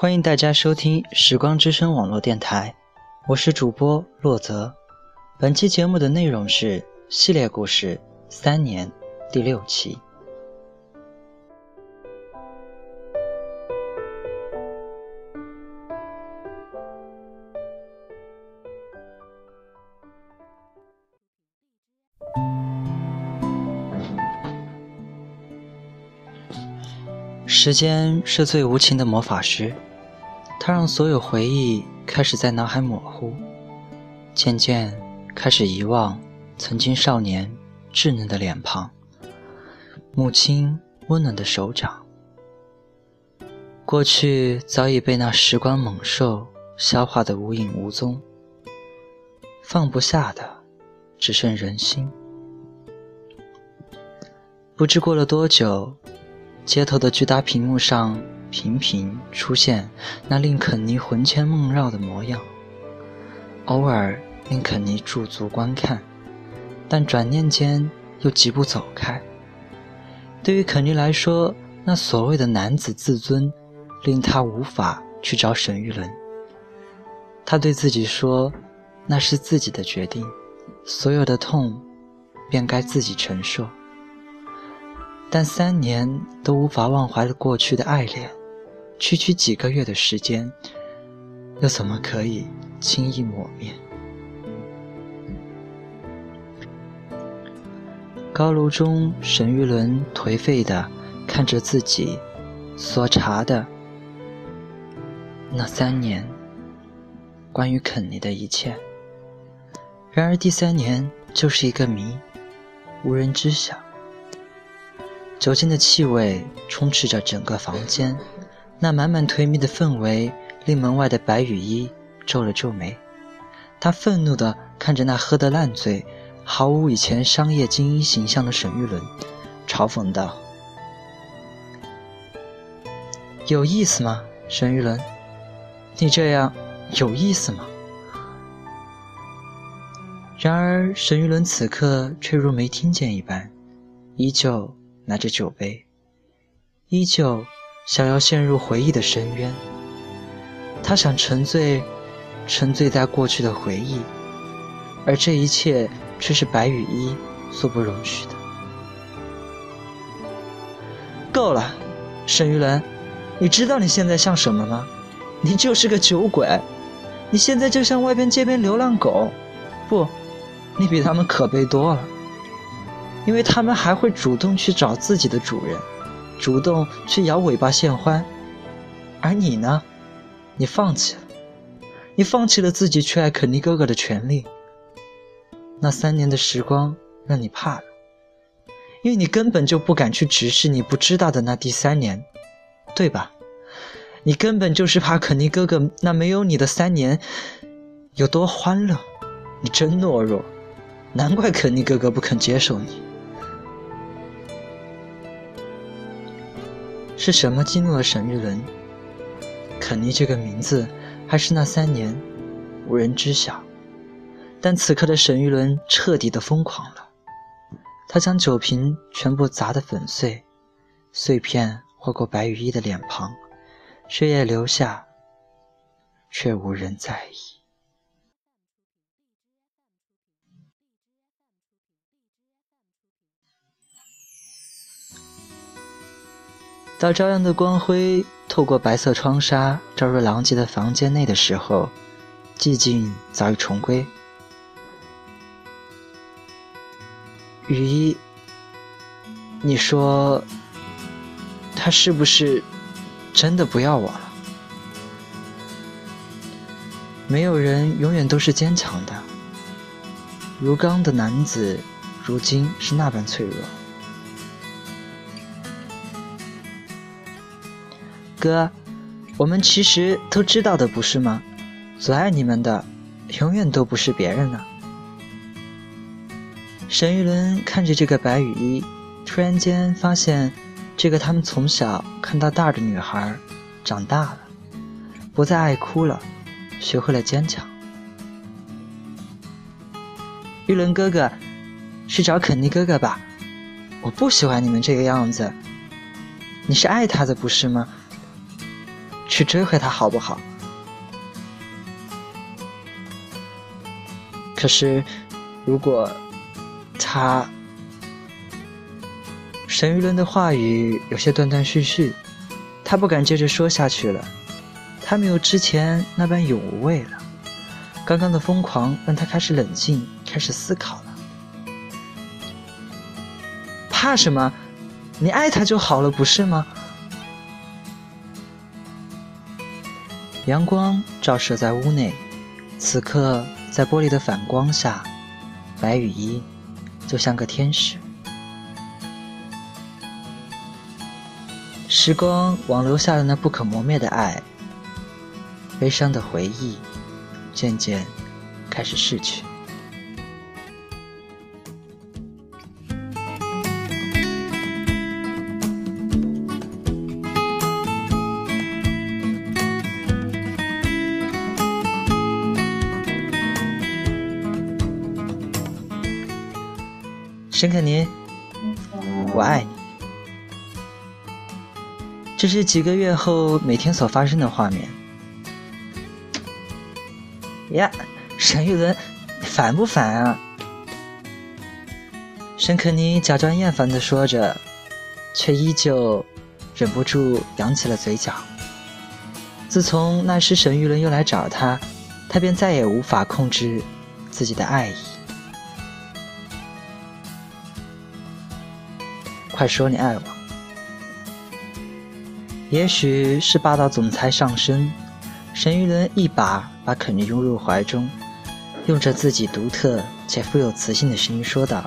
欢迎大家收听时光之声网络电台，我是主播洛泽。本期节目的内容是系列故事3年第6期。时间是最无情的魔法师，它让所有回忆开始在脑海模糊，渐渐开始遗忘曾经少年稚嫩的脸庞，母亲温暖的手掌。过去早已被那时光猛兽消化得无影无踪，放不下的只剩人心。不知过了多久，街头的巨大屏幕上频频出现那令肯尼魂牵梦绕的模样，偶尔令肯尼驻足观看，但转念间又疾步走开。对于肯尼来说，那所谓的男子自尊令他无法去找沈玉伦。他对自己说，那是自己的决定，所有的痛便该自己承受。但3年都无法忘怀了过去的爱恋，区区几个月的时间，又怎么可以轻易抹灭？高炉中，沈玉伦颓废地看着自己所查的那3年关于肯尼的一切。然而第3年就是一个谜，无人知晓。酒精的气味充斥着整个房间，那满满颓靡的氛围令门外的白雨衣皱了皱眉。他愤怒地看着那喝得烂醉、毫无以前商业精英形象的沈玉伦，嘲讽道：有意思吗，沈玉伦？你这样有意思吗？然而沈玉伦此刻却如没听见一般，依旧拿着酒杯，依旧想要陷入回忆的深渊。他想沉醉在过去的回忆，而这一切却是白羽衣所不容许的。够了，沈玉伦，你知道你现在像什么吗？你就是个酒鬼，你现在就像外边街边流浪狗，不，你比他们可悲多了。因为他们还会主动去找自己的主人，主动去摇尾巴献欢。而你呢？你放弃了自己去爱肯尼哥哥的权利。那3年的时光让你怕了，因为你根本就不敢去直视你不知道的那第3年，对吧？你根本就是怕肯尼哥哥那没有你的3年有多欢乐。你真懦弱，难怪肯尼哥哥不肯接受你。是什么激怒了沈玉伦？肯尼这个名字，还是那3年？无人知晓。但此刻的沈玉伦彻底的疯狂了，他将酒瓶全部砸得粉碎，碎片划过白羽衣的脸庞，血液流下，却无人在意。当朝阳的光辉透过白色窗纱照入狼藉的房间内的时候，寂静早已重归。雨衣，你说他是不是真的不要我了？没有人永远都是坚强的，如刚的男子如今是那般脆弱。哥，我们其实都知道的不是吗？最爱你们的永远都不是别人呢。沈玉伦看着这个白羽衣，突然间发现这个他们从小看到大的女孩长大了，不再爱哭了，学会了坚强。玉伦哥哥，去找肯尼哥哥吧，我不喜欢你们这个样子。你是爱他的不是吗？ 去追回他好不好？可是如果他……沈玉伦的话语有些断断续续，他不敢接着说下去了。他没有之前那般永无畏了，刚刚的疯狂让他开始冷静，开始思考了。怕什么？你爱他就好了，不是吗？阳光照射在屋内，此刻在玻璃的反光下，白雨衣就像个天使。时光往留下了那不可磨灭的爱，悲伤的回忆渐渐开始逝去。沈肯尼，我爱你。这是几个月后每天所发生的画面。呀，沈玉伦，烦不烦啊？沈肯尼假装厌烦地说着，却依旧忍不住扬起了嘴角。自从那时沈玉伦又来找他，他便再也无法控制自己的爱意。快说你爱我。也许是霸道总裁上身，沈玉伦一把把肯尼拥入怀中，用着自己独特且富有磁性的声音说道：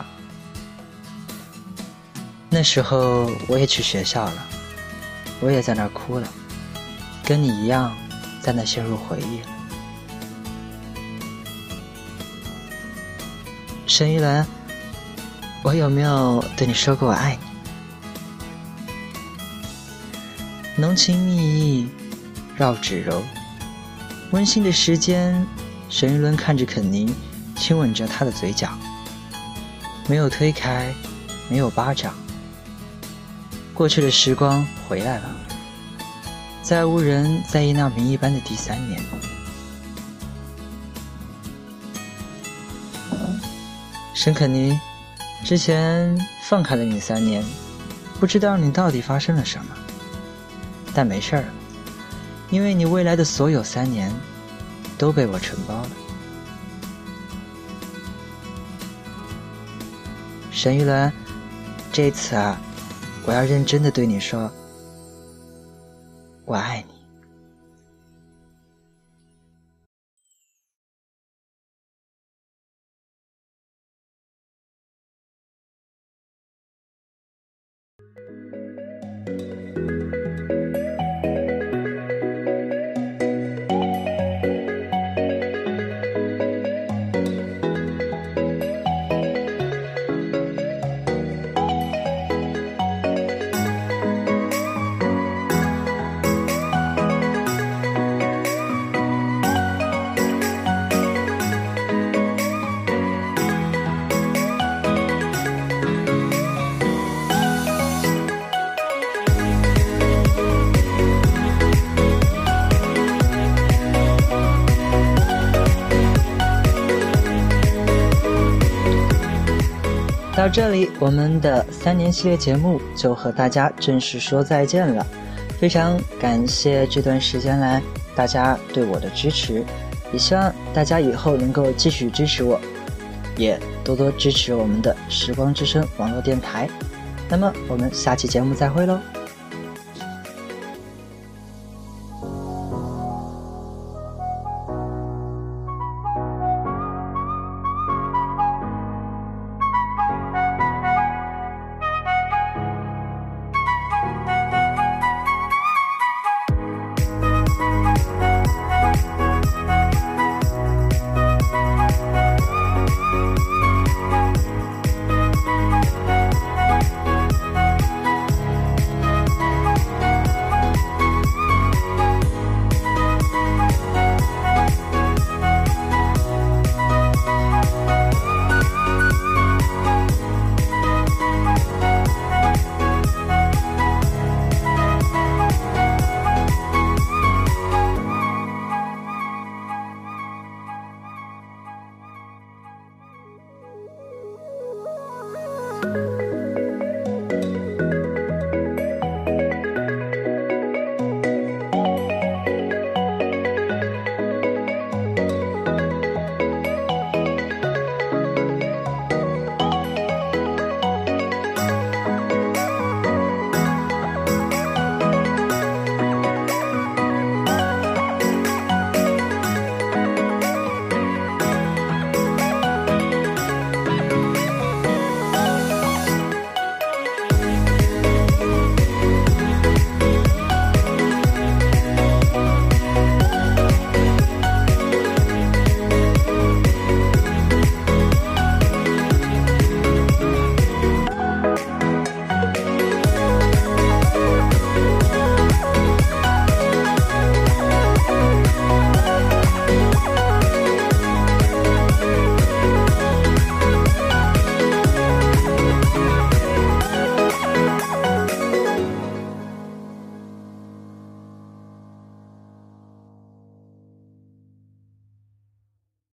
那时候我也去学校了，我也在那儿哭了，跟你一样在那陷入回忆了。沈玉伦，我有没有对你说过我爱你？浓情蜜意绕指柔，温馨的时间，沈玉伦看着肯尼，亲吻着他的嘴角，没有推开，没有巴掌。过去的时光回来了，再无人在意那谜一般的第3年。沈肯尼，之前放开了你3年，不知道你到底发生了什么，但没事儿，因为你未来的所有3年都被我承包了。沈玉伦，这次啊，我要认真的对你说，我爱你。到这里，我们的3年系列节目就和大家正式说再见了。非常感谢这段时间来大家对我的支持，也希望大家以后能够继续支持我，也多多支持我们的时光之声网络电台。那么我们下期节目再会喽。